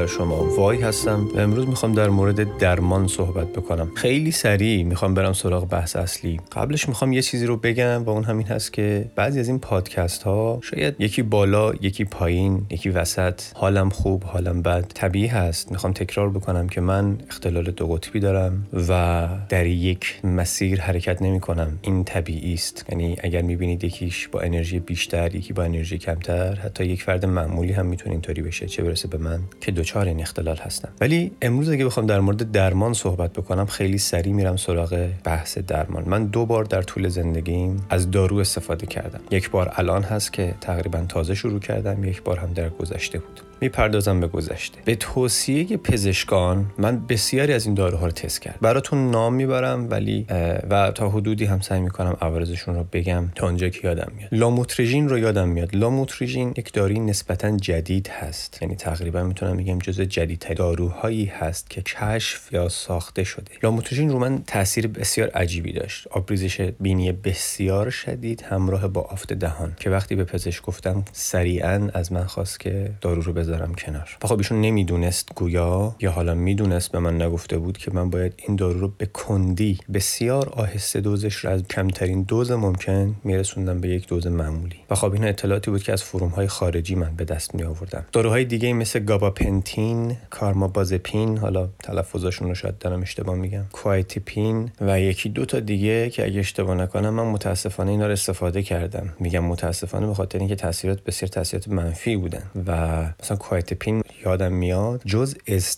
شما. وای هستم و امروز میخوام در مورد درمان صحبت بکنم. خیلی سریع میخوام برم سراغ بحث اصلی. قبلش میخوام یه چیزی رو بگم و اون همین هست که بعضی از این پادکست ها شاید یکی بالا، یکی پایین، یکی وسط، حالم خوب، حالم بد، طبیعی هست. میخوام تکرار بکنم که من اختلال دو قطبی دارم و در یک مسیر حرکت نمیکنم. این طبیعی است. یعنی اگر میبینید یکیش با انرژی بیشتر، یکی با انرژی کمتر، حتی یک فرد معمولی هم میتونه اینطوری بشه، چه برسه به من که دچار این اختلال هستم. ولی امروز اگه بخوام در مورد درمان صحبت بکنم، خیلی سریع میرم سراغ بحث درمان. من 2 بار در طول زندگیم از دارو استفاده کردم. یک بار الان هست که تقریبا تازه شروع کردم، یک بار هم در گذشته بود. میپردازم به گذشته. به توصیه پزشکان من بسیاری از این داروها رو تست کردم. براتون نام میبرم ولی و تا حدودی هم سعی میکنم عوارضشون رو بگم تا اونجا که یادم میاد. لاموتریژین رو یادم میاد. لاموتریژین یک داروی نسبتاً جدید هست. یعنی تقریبا میتونم بگم جزو جدیدترین داروهایی هست که کشف یا ساخته شده. لاموتریژین رو من تاثیر بسیار عجیبی داشت. آبریزش بینی بسیار شدید همراه با آفت دهان که وقتی به پزشک گفتم سریعاً از من خواست که دارو رو بذارم کنار. خب ایشون نمیدونست گویا یا حالا میدونست به من نگفته بود که من باید این دارو رو به کندی بسیار آهسته دوزش رو از کمترین دوز ممکن میرسوندم به یک دوز معمولی. و خب این اطلاعاتی بود که از فروم‌های خارجی من به دست می آوردم. داروهای دیگه مثل گاباپنتین، کارمابازپین، حالا تلفظاشون رو شاید دارم اشتباه میگم، کوایتیپین و یکی 2 تا دیگه که اگه اشتباه نکنم من متاسفانه اینا رو استفاده کردم. میگم متاسفانه به خاطر اینکه تاثیرات بسیار تاثیرات منفی بودن. و مثلا کوایتیپین یادم میاد جز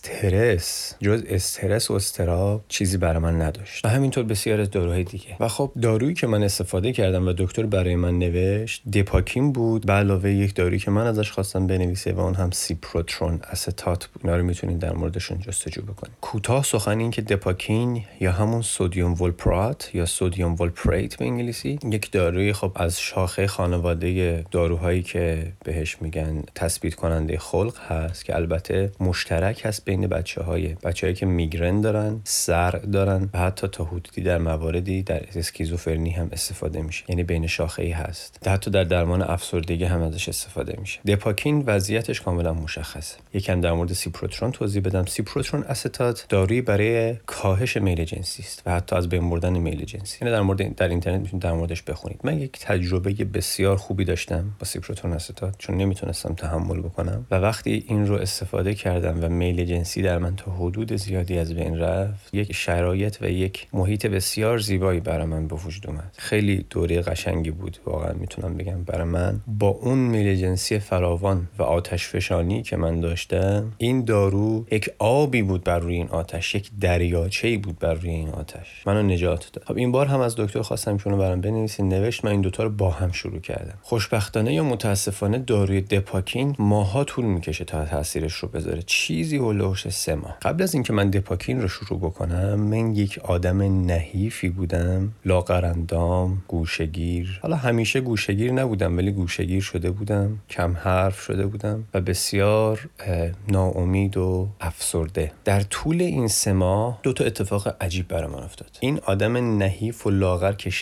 استرس و اضطراب چیزی برای من نداشت. و همینطور بسیار از داروهای دیگه. و خب دارویی که من استفاده کردم و دکتر برای من نوشت دپاکین بود، به علاوه یک دارویی که من ازش خواستم بنویسه و اون هم سیپروترون استات بود. اینا رو میتونید در موردشون جستجو بکنید. کوتاه سخن این که دپاکین یا همون سدیم ولپرات یا سدیم ولپریت به انگلیسی یک داروی خب از شاخه خانواده داروهایی که بهش میگن تثبیت کننده خلق هست که البته مشترک هست بین بچه‌هایی که میگرن دارن، سر دارن و حتی تا حدودی در مواردی در اسکیزوفرنی هم استفاده میشه. یعنی بین شاخه‌ای هست. حتی در درمان افسردگی هم ازش استفاده میشه. دپاکین وضعیتش کاملا مشخصه. یکم در مورد سیپروترون توضیح بدم. سیپروترون استات دارویی برای کاهش میل جنسی است و حتی از بین بردن میل جنسی. یعنی در اینترنت میتونید در موردش بخونید. من یک تجربه بسیار خوبی داشتم با سیپروترون استات چون نمیتونستم تحمل بکنم و وقتی این رو استفاده کردم و میل جنسی در من تا حدود زیادی از بین رفت، یک شرایط و یک محیط بسیار زیبایی برای من به وجود اومد. خیلی دوره قشنگی بود واقعا میتونم بگم برای من. با اون میل جنسی فراوان و آتش فشانی که من داشتم، این دارو یک آبی بود بر روی این آتش، یک دریاچه‌ای بود بر روی این آتش. منو نجات داد. خب این بار هم از دکتر خواستم که اونو برام بنویسه، نوشت. من این دوتا رو با هم شروع کردم. خوشبختانه یا متاسفانه داروی دپاکین ماها طول میکشه تا تاثیرش رو بذاره. چیزی هولوش 3 ماه. قبل از اینکه من دپاکین رو شروع بکنم، من یک آدم نحیفی بودم، لاغرندام، گوشه‌گیر. حالا همیشه گوشه‌گیر نبودم ولی گوشه‌گیر شده بودم، کم حرف شده بودم و بسیار ناامید و افسرده. در طول این 3 ماه 2 تا اتفاق عجیب برای من افتاد. این آدم نحیف و لاغر که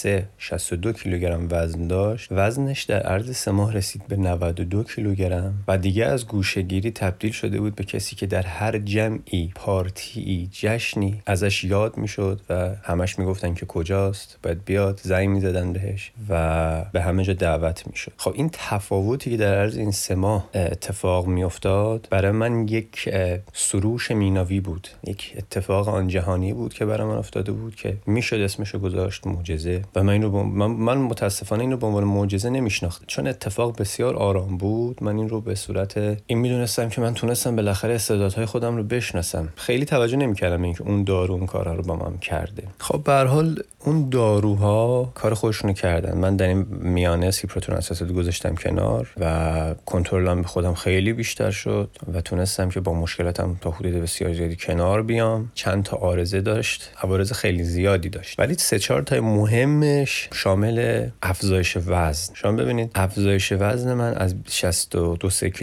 62 کیلوگرم وزن داشت، وزنش در عرض 3 ماه رسید به 92 کیلوگرم و دیگه از گوشه‌گیری تبدیل شده بود به کسی که در هر جمعی، پارتی، جشنی ازش یاد میشد و همش میگفتن که کجاست، باید بیاد، زنگ میزدن بهش و به همه جا دعوت میشد. خب این تفاوتی که در عرض این 3 ماه اتفاق میافتاد برای من یک سروش میناوی بود، یک اتفاق آن جهانی بود که برای من افتاده بود که میشد اسمشو گذاشت معجزه. و من متاسفانه اینو به عنوان معجزه نمیشناختم چون اتفاق بسیار آرام بود. من این رو به صورت این میدونستم که من تونستم بالاخره استعدادهای خودم رو بشناسم. خیلی توجه نمیکردم اینکه اون دارو اون کارا رو با من کرده. خب به هر حال اون داروها کار خودشونو کردن. من در این میانه سیپروترون استات گذاشتم کنار و کنترلم به خودم خیلی بیشتر شد و تونستم که با مشکلاتم تا حدود بسیار زیادی کنار بیام. چند تا عارضه داشت، عوارض خیلی زیادی داشت ولی 3-4 تا مهمش شامل افزایش وزن. شما ببینید افزایش وزن من از 62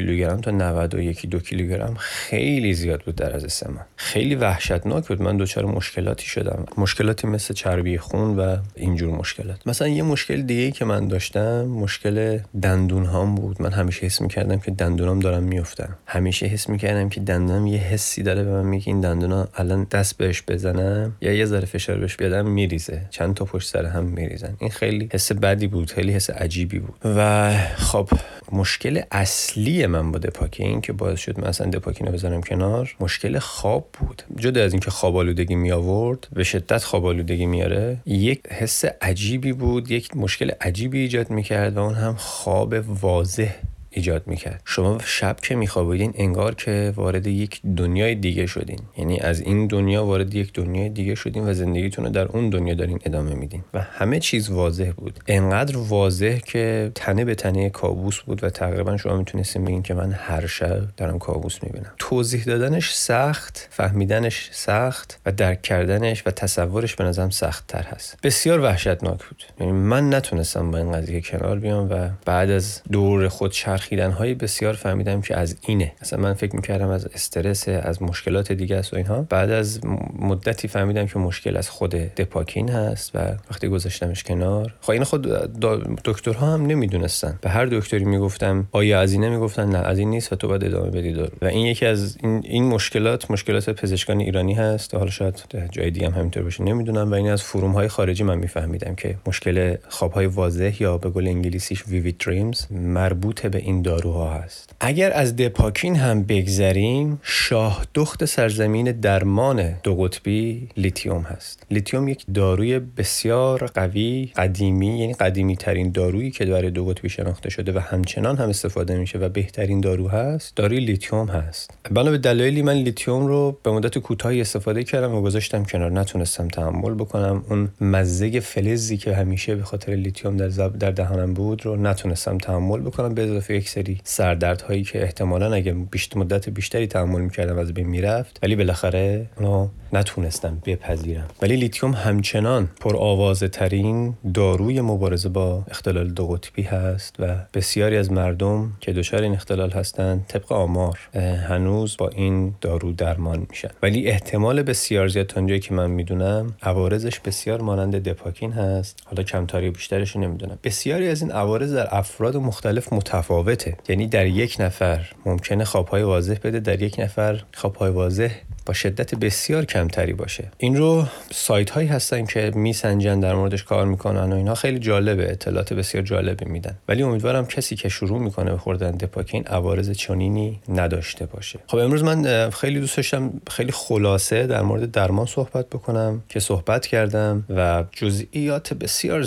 کیلوگرم تا 91-2 کیلوگرم خیلی زیاد بود در از 3 ماه. خیلی وحشتناک بود. من دچار مشکلاتی شدم، مشکلاتی مثل چربی خون و اینجور مشکلات. مثلا یه مشکل دیگه‌ای که من داشتم مشکل دندون‌هام بود. من همیشه حس می‌کردم که دندونام دارن میافتن. همیشه حس می‌کردم که دندونم یه حسی داره به من میگه این دندونا الان دست بهش بزنم یا یه ذره فشار بهش بیادم میریزه، چند تا پشت سر هم میریزن. این خیلی حس بدی بود، خیلی حس عجیبی بود. و خب مشکل اصلی من با دپاکین که باعث شد من اصلا دپاکین رو بذارم کنار، مشکل خواب بود. جدا از اینکه خواب آلودگی می آورد، به شدت خواب آلودگی میاره، یک حس عجیبی بود، یک مشکل عجیبی ایجاد میکرد و اون هم خواب واضح ایجاد میکرد. شما شب که میخوابیدین انگار که وارد یک دنیای دیگه شدین، یعنی از این دنیا وارد یک دنیای دیگه شدین و زندگیتون رو در اون دنیا دارین ادامه میدین و همه چیز واضح بود، انقدر واضح که تنه به تنه کابوس بود و تقریبا شما میتونستین بگین که من هر شب دارم کابوس میبینم. توضیح دادنش سخت، فهمیدنش سخت و درک کردنش و تصورش به نظرم سخت تر هست. بسیار وحشتناک بود. یعنی من نتونستم با این قضیه کنار بیام و بعد از دور خود خیدن‌های بسیار فهمیدم که از اینه. اصلا من فکر می‌کردم از استرس، از مشکلات دیگه است و اینها. بعد از مدتی فهمیدم که مشکل از خود دپاکین هست و وقتی گذاشتمش کنار، خب این خود دکترها هم نمیدونستن. به هر دکتری میگفتم آیا از اینه، میگفتن نه از این نیست و تو باید ادامه بدی دارو. و این یکی از این مشکلات پزشکان ایرانی هست. حالا شاید جای دیگه هم همینطور باشه، نمیدونم. و این از فروم‌های خارجی من میفهمیدم که مشکل خواب‌های واضح یا به قول انگلیسیش vivid dreams مربوط به این داروها هست. اگر از دپاکین هم بگذریم، شاه دخت سرزمین درمان دو قطبی لیتیوم هست. لیتیوم یک داروی بسیار قوی، قدیمی، یعنی قدیمی ترین دارویی که برای دو قطبی شناخته شده و همچنان هم استفاده میشه و بهترین دارو هست، داروی لیتیوم هست. بنا به دلایلی من لیتیوم رو به مدت کوتاهی استفاده کردم و گذاشتم کنار، نتونستم تحمل بکنم. اون مزه فلزی که همیشه به خاطر لیتیوم در دهانم بود رو نتونستم تحمل بکنم، به اضافه یک سری سردردهایی که احتمالاً اگه مدت بیشتری تحمل می‌کردم از بین میرفت، ولی بالاخره اونو نتونستم بپذیرم. ولی لیتیوم همچنان پرآوازه ترین داروی مبارزه با اختلال دو قطبی هست و بسیاری از مردم که دچار این اختلال هستند طبق آمار هنوز با این دارو درمان میشن. ولی احتمال بسیار زیاد تا اونجایی که من میدونم عوارضش بسیار مانند دپاکین هست. حالا کمتری و بیشترش رو نمیدونم. بسیاری از این عوارض در افراد مختلف متفاوته. یعنی در یک نفر ممکنه خوابهای واضح بده، در یک نفر خوابهای واضح با شدت بسیار کمتری باشه. این رو سایت هایی هستن که میسنجن، در موردش کار میکنن و اینها خیلی جالبه، اطلاعات بسیار جالبی میدن. ولی امیدوارم کسی که شروع میکنه به خوردن دپاکین عوارض چنینی نداشته باشه. خب امروز من خیلی دوست داشتم خیلی خلاصه در مورد درمان صحبت بکنم که صحبت کردم و جزئیات بسیار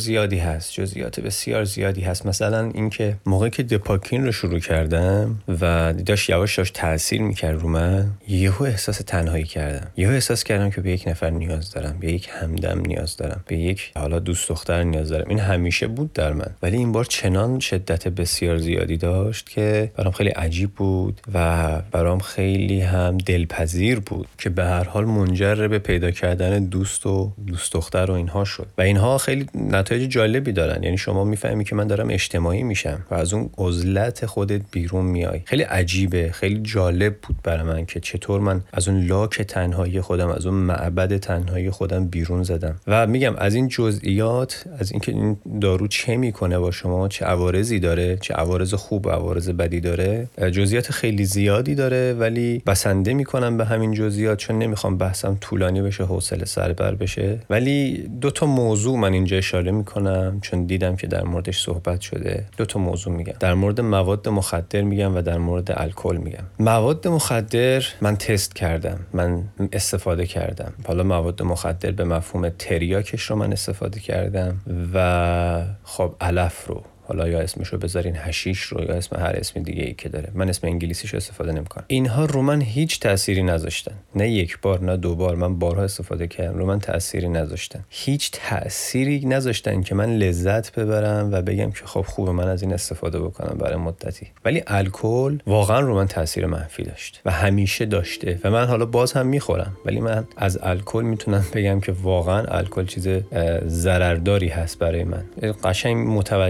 زیادی هست. مثلا اینکه موقعی که دپاکین رو شروع کردم و داشت یواش تاثیر میکرد رو من، یهو احساس تنهایی کردم. یهو احساس کردم که به یک نفر نیاز دارم، به یک همدم نیاز دارم، به یک حالا دوست دختر نیاز دارم. این همیشه بود در من، ولی این بار چنان شدت بسیار زیادی داشت که برام خیلی عجیب بود و برام خیلی هم دلپذیر بود که به هر حال منجر به پیدا کردن دوست و دوست دختر و اینها شد. و اینها خیلی نتایج جالبی دارن. یعنی شما میفهمی که من دارم اجتماعی میشم و از اون عزلت خودت بیرون میای. خیلی عجیبه، خیلی جالب بود برای من که چطور من از اون لاک تنهایی خودم، از اون معبد تنهایی خودم بیرون زدم. و میگم از این جزئیات، از اینکه این دارو چه میکنه با شما، چه عوارضی داره، چه عوارض خوب و عوارض بدی داره، جزئیات خیلی زیادی داره، ولی بسنده میکنم به همین جزئیات چون نمیخوام بحثم طولانی بشه، حوصله سربر بشه. ولی 2 موضوع من اینجا اشاره میکنم چون دیدم که در موردش صحبت شده. 2 موضوع میگم، در مورد مواد مخدر میگم و در مورد الکل میگم. مواد مخدر من تست کردم، من استفاده کردم. حالا مواد مخدر به مفهوم تریاکش رو من استفاده کردم و خب علف رو، حالا یا اسمشو بذارین حشیش رو یا اسم هر اسم دیگه ای که داره، من اسم انگلیسیشو استفاده نمی‌کنم. اینها رو من هیچ تأثیری نذاشتن، نه یک بار نه 2 بار، من بارها استفاده کردم، رو من تأثیری نذاشتن، هیچ تأثیری نذاشتن که من لذت ببرم و بگم که خب خوبه من از این استفاده بکنم برای مدتی. ولی الکل واقعا رو من تأثیر منفی داشت و همیشه داشته و من حالا باز هم میخورم، ولی من از الکل میتونم بگم که واقعا الکل چیز ضررداری هست برای من. قشنگ متوجه میشم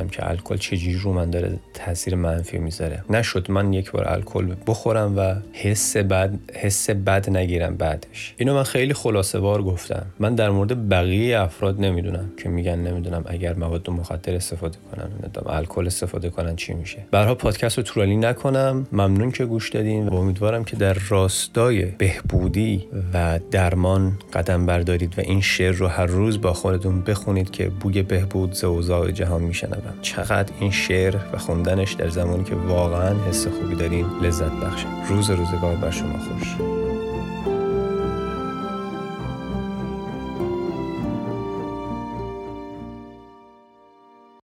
بکنم که الکل چجوری رو من داره تاثیر منفی میذاره. نشد من یک بار الکل بخورم و حس بد نگیرم بعدش. اینو من خیلی خلاصه وار گفتم. من در مورد بقیه افراد نمیدونم که میگن نمیدونم اگر مواد مخدر استفاده کنن، نمیدونم الکل استفاده کنن چی میشه. برها پادکست رو طولانی نکنم. ممنون که گوش دادین و امیدوارم که در راستای بهبودی و درمان قدم بردارید و این شعر رو هر روز با خودتون بخونید که بوی بهبود ز اوضاع جهان میشنوم. چقدر این شعر و خوندنش در زمانی که واقعا حس خوبی دارین لذت بخشه. روزگار بر شما خوش.